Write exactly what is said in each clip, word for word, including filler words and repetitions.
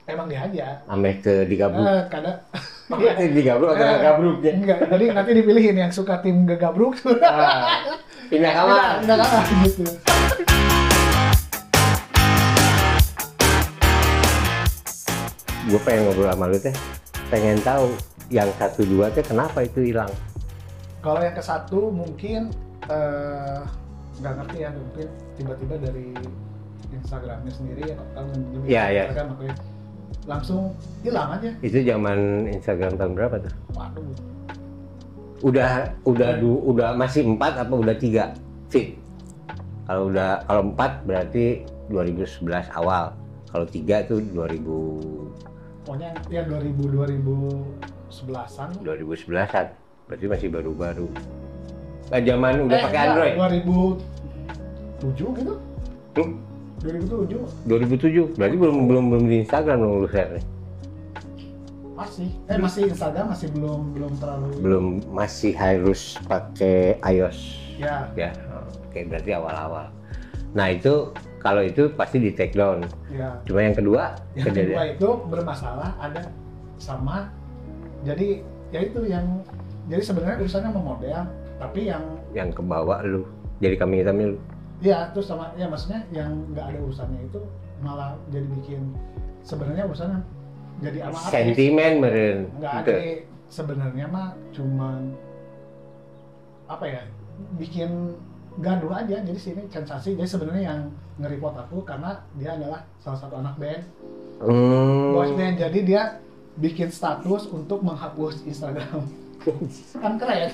emang dia aja. Ame ke digabruk. Eh, kadang Iya, digabruk atau nggak gabruk ya? enggak, jadi nanti dipilihin yang suka tim gegabruk. Ah, pindah kamar. Enggak, enggak, gitu. Gue pengen ngobrol sama lu teh, pengen tahu yang satu dua teh kenapa itu hilang? Kalau yang ke satu mungkin eh, nggak ngerti ya, mungkin tiba-tiba dari Instagramnya sendiri ya, kan lebih Iya, iya. Instagram makanya langsung hilang aja. Itu zaman Instagram tahun berapa tuh? Waduh, Udah udah du, udah masih empat apa udah tiga fit? Kalau udah kalau empat berarti dua ribu sebelas awal. Kalau tiga tuh dua ribu pokoknya ya dua ribu dua ribu sebelasan. dua ribu sebelas-an. Berarti masih baru-baru. Nah, zaman udah Eh, pakai enggak, Android. dua ribu tujuh gitu. Hmm? dua ribu tujuh dua ribu tujuh. Berarti belum belum belum di Instagram dong lu share nih. masih. Eh masih Instagram masih belum belum terlalu. Belum, masih harus pakai iOS. Ya. Ya. Oke, berarti awal-awal. Nah, itu kalau itu pasti di take down. Ya. Cuma yang kedua, Yang kejadian- kedua itu bermasalah ada sama. Jadi ya itu yang jadi sebenarnya urusannya sama model, tapi yang yang ke bawah lu. Jadi kambing hitamnya lu. ya terus sama ya maksudnya yang nggak ada urusannya itu malah jadi bikin sebenarnya urusannya jadi sama artis. Sentimen meren. Nggak ada sebenarnya mah cuman apa ya bikin gaduh aja, jadi sini sensasi. Jadi sebenarnya yang nge-report aku karena dia adalah salah satu anak band, Hmm. boys band, jadi dia bikin status untuk menghapus Instagram. Kan keren.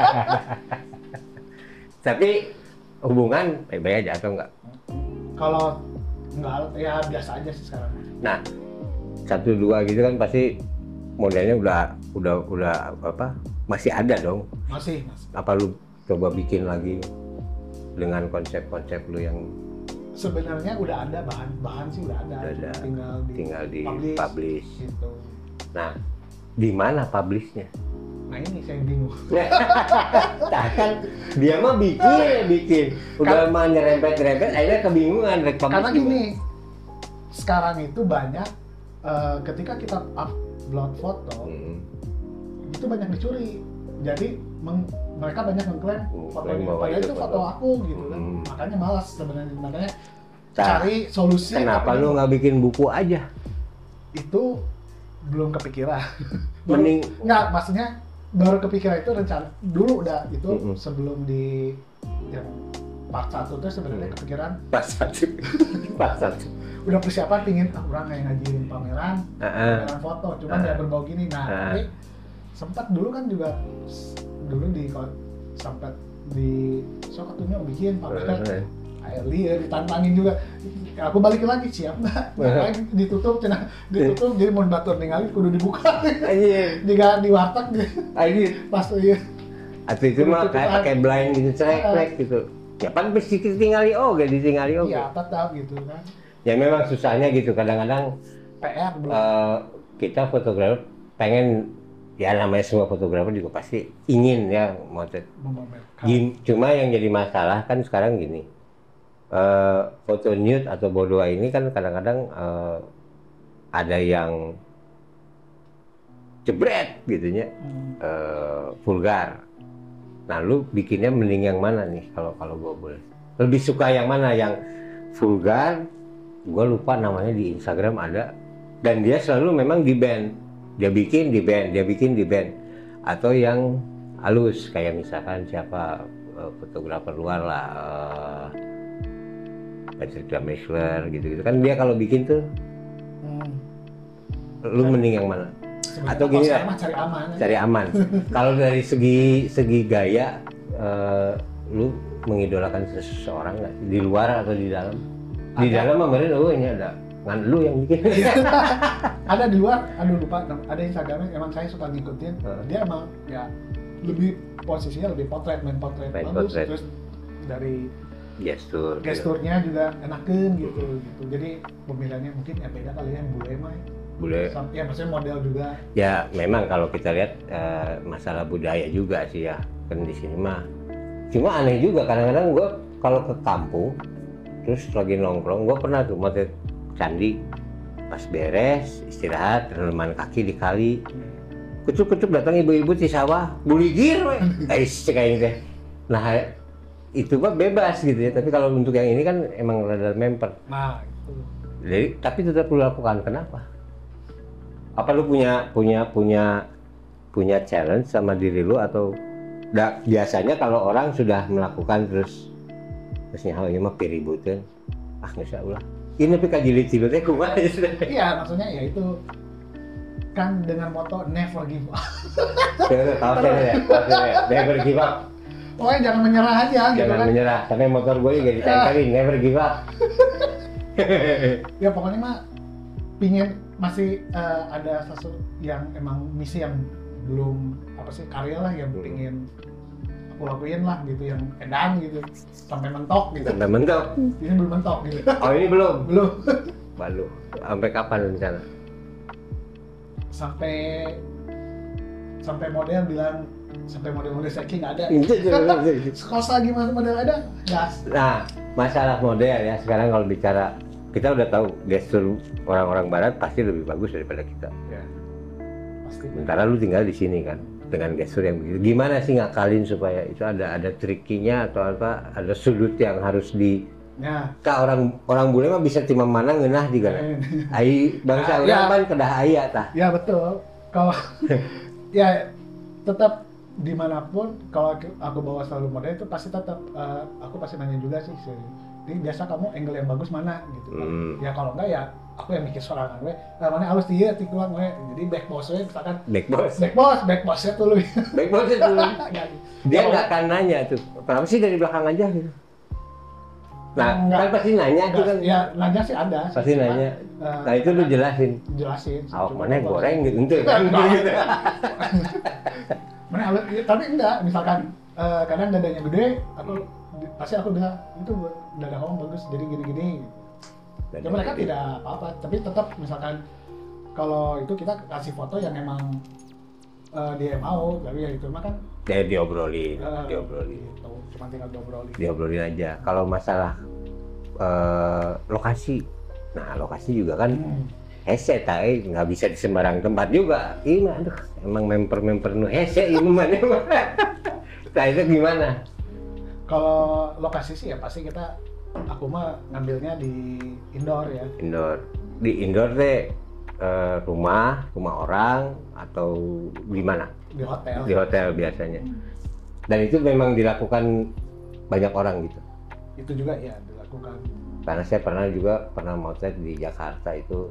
Tapi hubungan baik-baik aja atau enggak? Kalau nggak ya biasa aja sih sekarang. Nah, satu dua gitu kan pasti modelnya udah udah udah apa? Masih ada dong. Masih, masih. Apa lu coba bikin lagi dengan konsep-konsep lu yang Sebenarnya udah ada bahan-bahan sih udah ada, Udah cuma ada. tinggal di tinggal di publish, publish. gitu. Nah, di mana publishnya? Nah ini saya bingung. Nah, kan dia mah bikin, bikin. Udah mah nyerempet-nyerempet, akhirnya kebingungan. rek publish Karena gimana? gini, sekarang itu banyak eh, ketika kita upload foto Hmm. itu banyak dicuri. Jadi meng- mereka banyak mengklaim Oh, fotonya, klaim bahwa padahal itu itu foto foto. aku gitu kan. Hmm. Makanya malas sebenarnya, makanya Nah, cari solusi. kenapa tapi lu nggak bikin buku aja? itu belum kepikiran. Baru- Mending Nggak, maksudnya baru kepikiran itu rencana dulu udah itu Mm-mm. sebelum di yang part satu tuh sebenarnya Mm. kepikiran pas satu, pas satu. udah persiapan pingin ah, orang kayak ngajuin pameran Heeh. pameran foto cuman Ah. ya berbau gini nah Ah. tapi sempat dulu kan juga s- dulu di sempat di sok atunya bikin pameran Heeh. air liar ditantangin juga aku balikin lagi siap nggak Ngapain ditutup cenah ditutup jadi mau batur ningali kudu dibuka Anjir, jika di warteg anjir. pas iya Atau itu mah kayak pakai blind gitu, cerek gitu. Ya pan mesti ditinggali oge, ditinggali oge. iya apa tahu gitu kan Ya memang susahnya gitu kadang-kadang P R belum eh, kita fotografer pengen, ya namanya semua fotografer juga pasti ingin ya motret. memamerkan. Gin- Cuma yang jadi masalah kan sekarang gini, eh, foto nude atau boudoir ini kan kadang-kadang eh, ada yang jebret gitunya, Hmm. eh, vulgar. Nah lu bikinnya mending yang mana nih kalau kalau gue boleh? Lebih suka yang mana? Yang vulgar? Gue lupa namanya di Instagram ada, dan dia selalu memang di band. Dia bikin di band, dia bikin di band. Atau yang halus kayak misalkan siapa eh, fotografer luar lah, eh, Patrick Damesler gitu-gitu kan dia kalau bikin tuh, Hmm. lu mending yang mana? Sebenarnya Atau kalau gini sekarang lah, mah cari aman aja. cari aman. Kalau dari segi segi gaya, eh, lu mengidolakan seseorang nggak? Di luar atau di dalam? Di Ada. dalam kemarin oh ini ada ngan lu yang bikin. Ada di luar, aduh lupa, ada Instagramnya emang saya suka ngikutin. Heeh. Dia emang ya lebih posisinya lebih potret, main potret Main bagus, potret. terus dari Gestur. gitu. gesturnya juga enakan gitu gitu. Jadi pemilihannya mungkin ya beda kali ya bule mah. Boleh. Sam- Ya maksudnya model juga. Ya memang kalau kita lihat eh, masalah budaya juga sih ya kan di sini mah. Cuma aneh juga kadang-kadang gue kalau ke kampung terus lagi nongkrong, gue pernah tuh motret candi pas beres istirahat reneman kaki di kali, kucuk-kucuk datang ibu-ibu di sawah buligir we guys kayak gitu. Nah itu mah bebas gitu ya, tapi kalau untuk yang ini kan emang rada memper. Nah itu Jadi tapi tetap lu lakukan, kenapa? Apa lu punya punya punya punya challenge sama diri lu atau da, biasanya kalau orang sudah melakukan terus terusnya hal ini mah piributeun ah nggak usah ulah ini tapi kajilid-jilid teh kumaha. iya maksudnya ya itu kan dengan moto never give up. Saya tahu saya ya, tahu saya. Never give up. Pokoknya jangan menyerah aja gitu Jangan kan. menyerah, karena motor gue juga dikali-kali never give up. Ya pokoknya mah pingin masih uh, ada sesuatu yang emang misi yang belum apa sih karya lah yang Hmm. pingin aku lakuin lah gitu yang edan gitu sampai mentok gitu. Sampai mentok. Ini belum mentok gitu. Oh ini belum? Belum. Baru. Sampai kapan rencana? Sampai sampai model bilang sampai model-model seksi nggak ada. Kalau lagi model ada gas. Nah, masalah model ya sekarang kalau bicara kita udah tahu gestur orang-orang barat pasti lebih bagus daripada kita. Ya. Pasti. Sementara lu tinggal di sini kan dengan gestur yang begitu. Gimana sih ngakalin supaya itu ada ada trikinya atau apa? Ada sudut yang harus di Ya. Kak orang orang bule mah bisa timah mana ngeunah di kana. Ai bangsa Ah, urang ya. pan kedah aya tah. Ya betul. Kalau ya tetap dimanapun kalau aku, aku bawa selalu model itu pasti tetap uh, aku pasti nanya juga sih. Jadi biasa kamu angle yang bagus mana gitu kan. Hmm. Ya kalau enggak ya aku yang mikir sorangan we. Nah, mana halus dia tikuan we. Jadi back boss we misalkan Back boss. back boss, back bossnya tuh lu. Back boss itu dulu. Ya, Dia ya, nggak akan nanya tuh. Kenapa sih dari belakang aja gitu. Nah, Nggak. kan pasti nanya tuh kan. Ya nanya sih ada. sih. Pasti Cuman, nanya. uh, Nah, itu lu jelasin. jelasin. Awak Cuma mana kalau- goreng gitu ente kan Enggak. gitu. Mana halus, ya, tapi enggak, misalkan eh, kadang dadanya gede, aku pasti aku bilang itu dada kamu bagus jadi gini-gini. Ya mereka tidak apa-apa, tapi tetap misalkan kalau itu kita kasih foto yang emang eh, dia mau, tapi ya itu mah kan Ya diobrolin, eh, diobrolin. gitu, cuma tinggal diobrolin. Diobrolin aja. Kalau masalah eh, lokasi, nah lokasi juga kan Hmm. hese tai nggak bisa di sembarang tempat juga. Ini aduh, emang memper-memper nu hese ini mana? Nah itu gimana? Kalau lokasi sih ya pasti kita, aku mah ngambilnya di indoor ya. Indoor. Di indoor teh eh, rumah, rumah orang atau di mana? Di hotel. Di hotel biasanya. Dan itu memang dilakukan banyak orang gitu. Itu juga ya dilakukan. Karena saya pernah juga pernah motret di Jakarta itu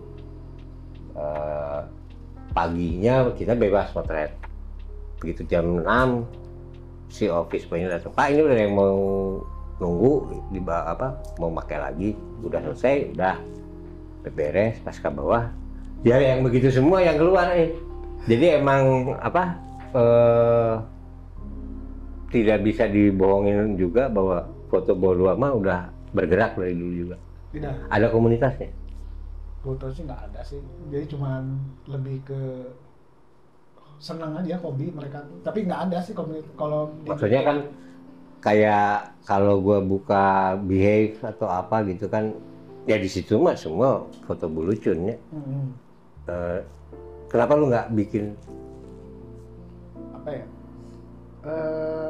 eh, paginya kita bebas motret. Begitu jam enam si office boy-nya datang, Pak ini udah yang mau nunggu di bawah apa mau pakai lagi, udah selesai, udah beres pas ke bawah dia yang begitu semua yang keluar eh. Jadi emang apa eh, tidak bisa dibohongin juga bahwa foto bolu mah udah bergerak dari dulu juga. Tidak. Ada komunitasnya. Foto sih nggak ada sih, jadi cuman lebih ke senang aja hobi mereka tuh. Tapi nggak ada sih komunitas kalau di- Maksudnya kan kayak kalau gua buka Behave atau apa gitu kan ya di situ mah semua foto bulucun ya. Hmm, Eh, kenapa lu nggak bikin apa ya eh,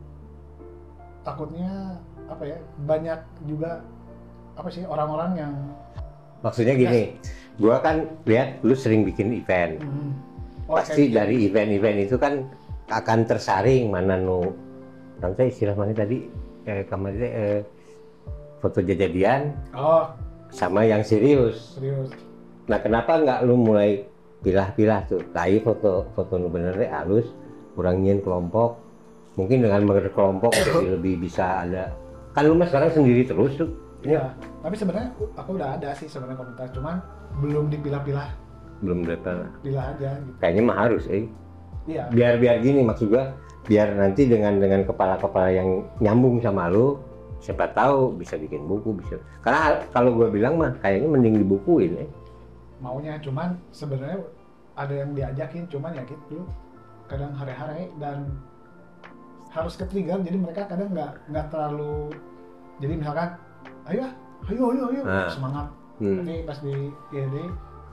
takutnya apa ya banyak juga apa sih orang-orang yang maksudnya gini, gua kan lihat lu sering bikin event. hmm, oh, Pasti kayak- dari event-event itu kan akan tersaring mana nu orang saya istilah mana tadi eh kemarin teh, eh, foto jajadian oh sama yang serius. serius Nah kenapa nggak lu mulai pilah-pilah tuh? Tadi foto foto nu bener deh halus, kurang nyin kelompok. Mungkin dengan berkelompok jadi lebih bisa ada. Kan lu mah sekarang sendiri terus tuh. ya. Tapi sebenarnya aku udah ada sih sebenarnya komunitas, cuman belum dipilah-pilah, Belum berapa. pilah aja gitu. Kayaknya mah harus, eh. Iya. Biar biar gini maksud gua, biar nanti dengan dengan kepala-kepala yang nyambung sama lu, siapa tahu bisa bikin buku bisa. Karena kalau gua bilang mah kayaknya mending dibukuin, eh. Maunya cuman sebenarnya ada yang diajakin, cuman ya gitu kadang hare-hare dan harus ke-trigger, jadi mereka kadang nggak nggak terlalu, jadi misalkan ayo ah, ayo ayo ayo Ah. semangat, Hmm. tapi pas di I E D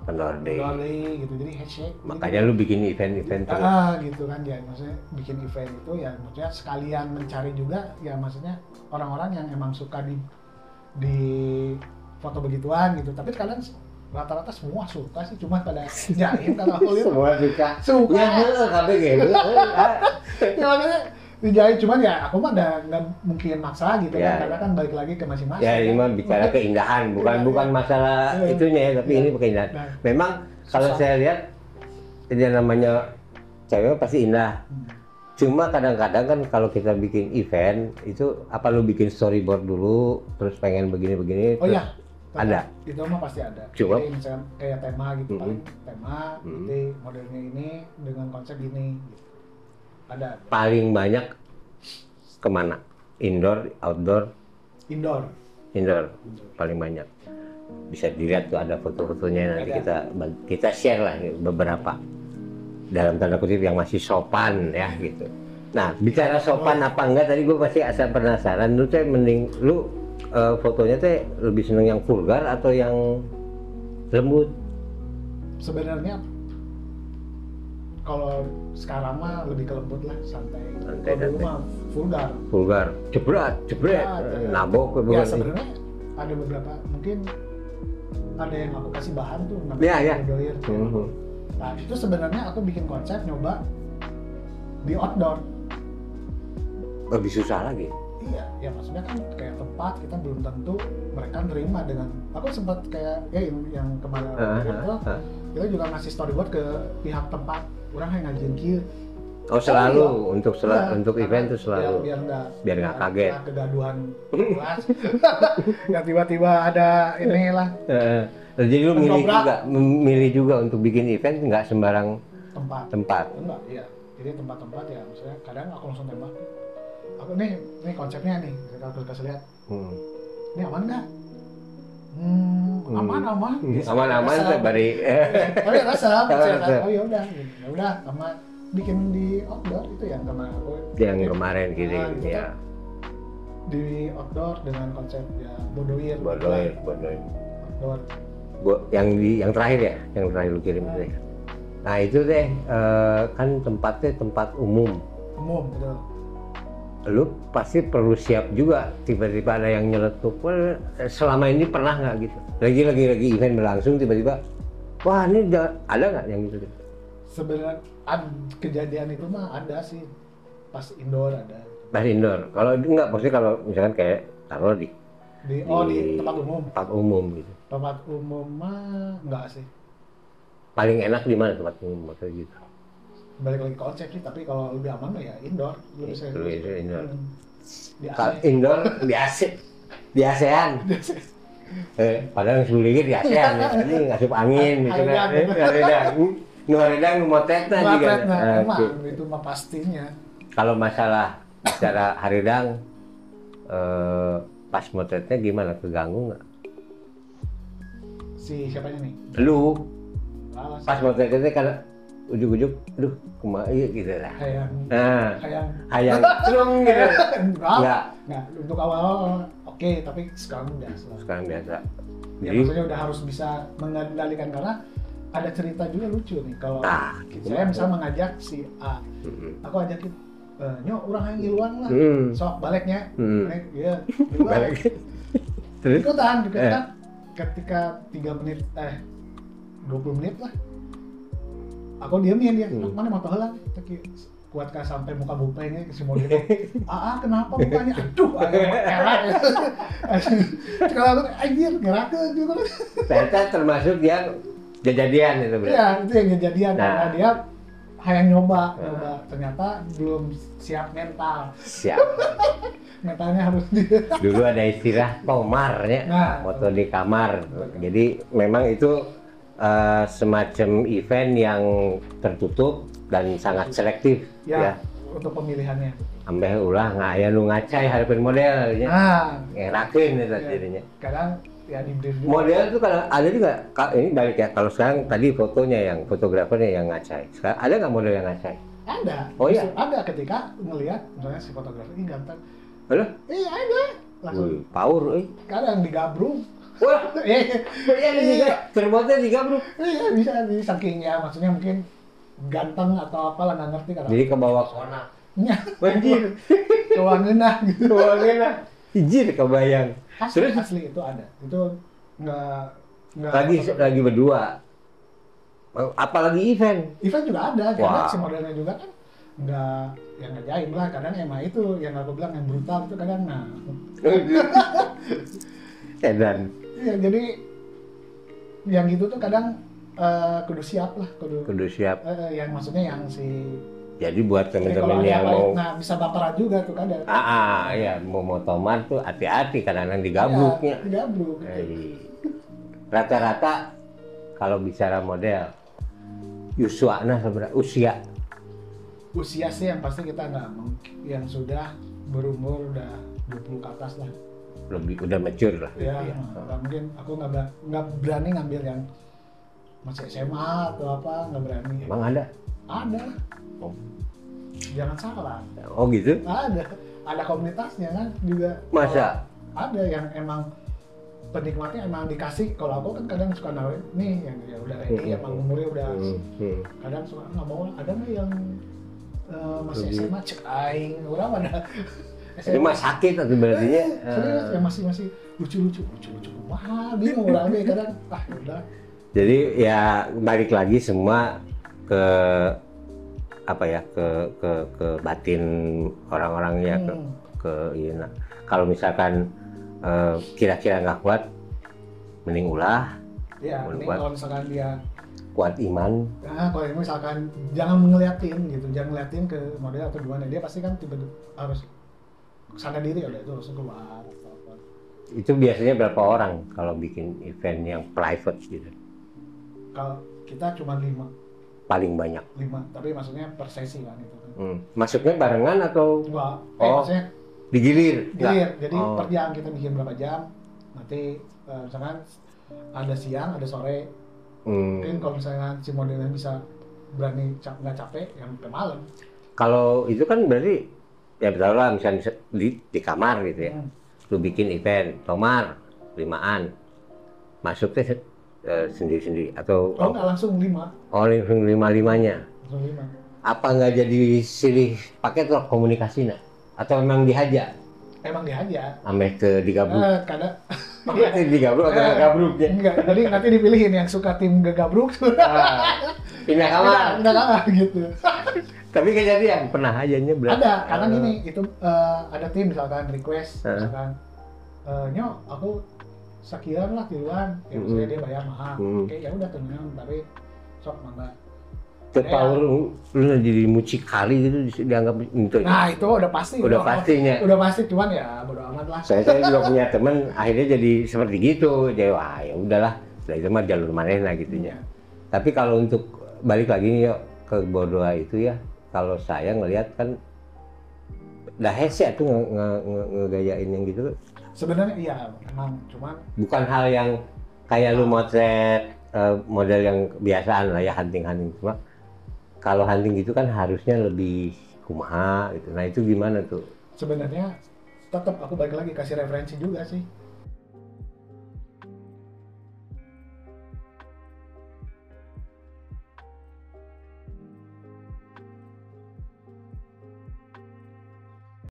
Pendor Day. Pendor Day gitu, jadi handshake. Makanya gitu. lu bikin event-event terus. Ah gitu kan ya, maksudnya bikin event itu ya maksudnya sekalian mencari juga ya maksudnya orang-orang yang emang suka di di foto begituan gitu. Tapi kadang rata-rata semua suka sih, cuma pada jaim kalau aku lihat. Semua suka. Suka. Ya heeh kabeh ge. Ya makanya dijahit, cuman ya aku mah udah nggak mungkin maksa gitu Ya, kan, karena kan balik lagi ke masing-masing. Ya ini kan. mah bicara keindahan, bukan Iya, bukan iya. masalah Iya. itunya ya, tapi Iya. ini keindahan. Nah, Memang kalau susah. saya lihat dia namanya cewek pasti indah. Hmm. Cuma kadang-kadang kan kalau kita bikin event itu apa lu bikin storyboard dulu, terus pengen begini-begini. Oh terus iya, ada. Itu mah pasti ada. Cuma- Jadi misalkan kayak tema gitu, Mm-mm. paling tema, Mm-mm. gitu, modelnya ini dengan konsep ini. Gitu. Ada. Paling banyak kemana? Indoor, outdoor, Indoor. indoor paling banyak. Bisa dilihat tuh ada foto-fotonya nanti Ada. kita kita share lah beberapa dalam tanda kutip yang masih sopan ya gitu. Nah bicara sopan apa enggak tadi gue masih asal penasaran. Lu teh mending lu eh, fotonya teh lebih seneng yang vulgar atau yang lembut? Sebenarnya kalau sekarang mah lebih ke lembut lah, santai. Santai, Kalau dulu santai. mah vulgar. Vulgar, jebret, jebret, Ya, ada. nabok ke Ya bukan? sebenarnya ada beberapa, mungkin ada yang aku kasih bahan tuh Ya, namanya ya. Bodoir. Mhm. Nah itu sebenarnya aku bikin konsep nyoba di outdoor. Lebih susah lagi. Iya, ya maksudnya kan kayak tempat kita belum tentu mereka nerima dengan. Aku sempat kayak ya yang, yang kemarin Ah, itu ah, ah. kita juga ngasih storyboard ke pihak tempat. Orang yang ngajin kieu. Oh selalu Oh, iya. untuk sel- Iya, untuk karena event tuh selalu. biar, biar nggak Biar nggak kaget. nggak kegaduhan kelas. Ya tiba-tiba ada inilah Eh, jadi lu milih Mendobrak. juga, milih juga untuk bikin event nggak sembarang tempat. tempat. Enggak, iya. Jadi tempat-tempat ya, misalnya kadang aku langsung tembak. Aku nih, nih konsepnya nih, kita harus kasih lihat. Hmm. Ini aman nggak? Hmm, Hmm. aman aman. Aman-aman Resep. tuh bari. Tapi rasa, Oh, saya resep. oh ya udah, ya udah, sama bikin di outdoor itu yang kemarin aku. Yang kemarin gini, Nah, gitu ya. kan. Di outdoor dengan konsep ya bodoir. Bodoin, bodoin. Outdoor. Bo- yang di yang terakhir ya, yang terakhir lu kirim itu ya. Nah itu deh eh, kan tempatnya tempat umum. Umum betul. Lu pasti perlu siap juga tiba-tiba ada yang nyeletuk. Wah, selama ini pernah nggak gitu? Lagi lagi lagi event berlangsung tiba-tiba, wah ini da- ada nggak yang gitu? Sebenarnya ad- kejadian itu mah ada sih pas indoor ada. Pas indoor. Kalau enggak, maksudnya kalau misalkan kayak taruh di Di oh Di- di tempat umum. tempat umum gitu. Tempat umum mah enggak sih. Paling enak di mana tempat umum atau gitu? Balik lagi konsep sih, tapi kalau lebih aman mah ya indoor. Lu bisa Lu itu indoor. Hmm. Di Kalau A C. indoor di A C, di ASEAN. Eh, padahal yang sebelumnya di ASEAN ya. Ini ngasup angin gitu kan. Haridang. Eh, haridang. Nu haridang nu motetna juga. Motret, nah, Ah, emang oke. itu mah pastinya. Kalau masalah bicara haridang eh, pas motretnya gimana? Keganggu nggak? Si siapanya nih? Lu Alas, pas motretnya karena ujuk-ujuk, duh kemana gitu lah. hayang Nah, hayang hayang cung gitu. enggak Enggak, enggak untuk awal oke, tapi sekarang udah sekarang. sekarang biasa. Ya Jadi, maksudnya udah harus bisa mengendalikan, karena ada cerita juga lucu nih kalau Ah, gitu. saya misalnya mengajak si A, mm, aku ajakin eh, nyok orang yang ngiluan lah, mm, sok baliknya, mm. balik ya, ngiluan. Balik. Terus, ikutan juga Eh. kan ketika tiga menit eh dua puluh menit lah aku diamin dia, Hmm. mana mata helang tapi kuat kah sampai muka bupengnya si model ah kenapa mukanya aduh agak merah kalau aku anjir gerak juga ternyata termasuk yang jajadian itu berarti. ya itu yang kejadian Nah. karena dia hayang nyoba Nah. nyoba ternyata belum siap mental Siap. mentalnya harus dia Dulu ada istilah komarnya, Nah. foto di kamar. Jadi memang itu eh, semacam event yang tertutup dan sangat selektif ya, ya. untuk pemilihannya Sampai ulah nggak aya nu ngacai hareupeun model ya. nah Ngerakeun eta ya, jadinya. kadang ya di brief juga. Model tuh kalau ada juga ka- ini balik ya. Kalau sekarang tadi fotonya yang fotografernya yang ngacai. Sekarang ada nggak model yang ngacai? Ada. Oh, iya? Justru ada ketika ngelihat misalnya si fotografer ini ganteng. Halo? Iya ada. Langsung Wih, power euy. kadang digabrung. Wah, Iya, iya juga. Terbuatnya juga bro. iya bisa di saking ya, maksudnya mungkin ganteng atau apalah nggak ngerti kan. Jadi ke bawah kona. Nya, Banjir. cowok ngenah gitu. Bawahnya hijir kebayang. Asli, Terus asli itu ada. Itu nggak nggak lagi apa- lagi berdua. Apalagi event. event juga ada, karena Wah. si modelnya juga kan nggak yang ngejaim lah, kadang emang itu yang aku bilang yang brutal itu kadang nah. Edan. Iya, jadi yang gitu tuh kadang eh, kudu siap lah, kudu, Kudu siap. eh, yang maksudnya yang si Jadi buat jadi kalau temen-temen ada yang apa, mau nah bisa baperan juga tuh kadang. ah, ah ya mau motoman tuh hati-hati kadang-kadang digabruknya. Ya, digabruk. Gitu. Eh, Rata-rata kalau bicara model Yuswana sebenarnya usia Usia sih yang pasti kita nggak mungkin yang sudah berumur udah dua puluh ke atas lah. lebih udah mature lah. Ya, gitu ya. nggak mungkin aku nggak ber- nggak berani ngambil yang masih S M A atau apa, nggak berani. Emang ada? Ada. Oh. Jangan salah. Oh gitu? Ada. Ada komunitasnya kan juga. Masa? Kalau ada yang emang penikmatnya emang dikasih. Kalau aku kan kadang suka nawarin nih yang ya udah ready, Hmm. emang umurnya udah Hmm, hmm. kadang suka nggak mau ada nggak yang eh, masih Lebih. S M A cek aing orang ada Itu mah sakit atau berarti ya? serius ya masih masih lucu-lucu lucu-lucu wah bingung orang deh kadang ah ya udah. Jadi ya balik lagi semua ke apa ya ke ke ke batin orang-orangnya ke Hmm. ke iya, nah. Kalau misalkan eh, kira-kira nggak kuat, mending ulah, Ya, Boleh ini buat. kalau misalkan dia, kuat iman. nah kalau ini misalkan jangan ngeliatin gitu, jangan ngeliatin ke model atau gimana, dia pasti kan tiba-tiba harus sadar diri udah itu langsung keluar atau apa. Itu biasanya berapa orang kalau bikin event yang private gitu? Kalau kita cuma lima, Paling banyak. lima, tapi maksudnya per sesi kan itu kan. Hmm. Masuknya barengan atau Dua, eh Oh. maksudnya digilir? Nggak? gilir, jadi Oh. per jam kita bikin berapa jam, nanti eh, misalkan ada siang, ada sore, Hmm. mungkin kalau misalnya si modelnya bisa berani cap nggak capek, yang ke malam. Kalau itu kan berarti ya betul lah, misalnya bisa di, di kamar gitu ya, Hmm. lu bikin event, tomar, limaan, masuknya se- eh, sendiri-sendiri atau Kalau nggak langsung lima, oh langsung lima-limanya, langsung lima. apa nggak jadi silih paket lo komunikasi nak? Atau memang dihajar, Emang dia aja. ameh ke digabruk, Eh, kadang Ameh ke digabruk atau nggak gabruk ya? enggak, jadi nanti dipilihin yang suka tim gegabruk Ah, pindah kamar. enggak kamar gitu. Tapi kejadian pernah hajanya berarti. Ada, karena gini, itu eh, ada tim misalkan request, Heeh. misalkan eh, nyok aku sekian lah tiluan, ya maksudnya Mm-mm. dia bayar mahal, Mm. oke ya udah tenang, tapi sok mangga. Ke power lu lu jadi mucikari gitu di- dianggap itu. Nah itu udah pasti, Udah pastinya. udah pasti, cuman ya bodo amat lah. Saya, saya juga punya teman akhirnya jadi seperti gitu. Jadi wah ya udahlah, dari itu mah jalur manehna gitunya. Tapi kalau untuk balik lagi nih yuk ke Bordoa itu ya, kalau saya ngelihat kan dah hese tuh nge- nge- nge- ngegayain yang gitu Sebenarnya iya, emang cuman bukan hal yang kayak lu motret eh, model yang kebiasaan lah ya, hunting-hunting. Cuma kalau hunting gitu kan harusnya lebih kumaha gitu. Nah itu gimana tuh? sebenarnya tetap aku balik lagi kasih referensi juga sih.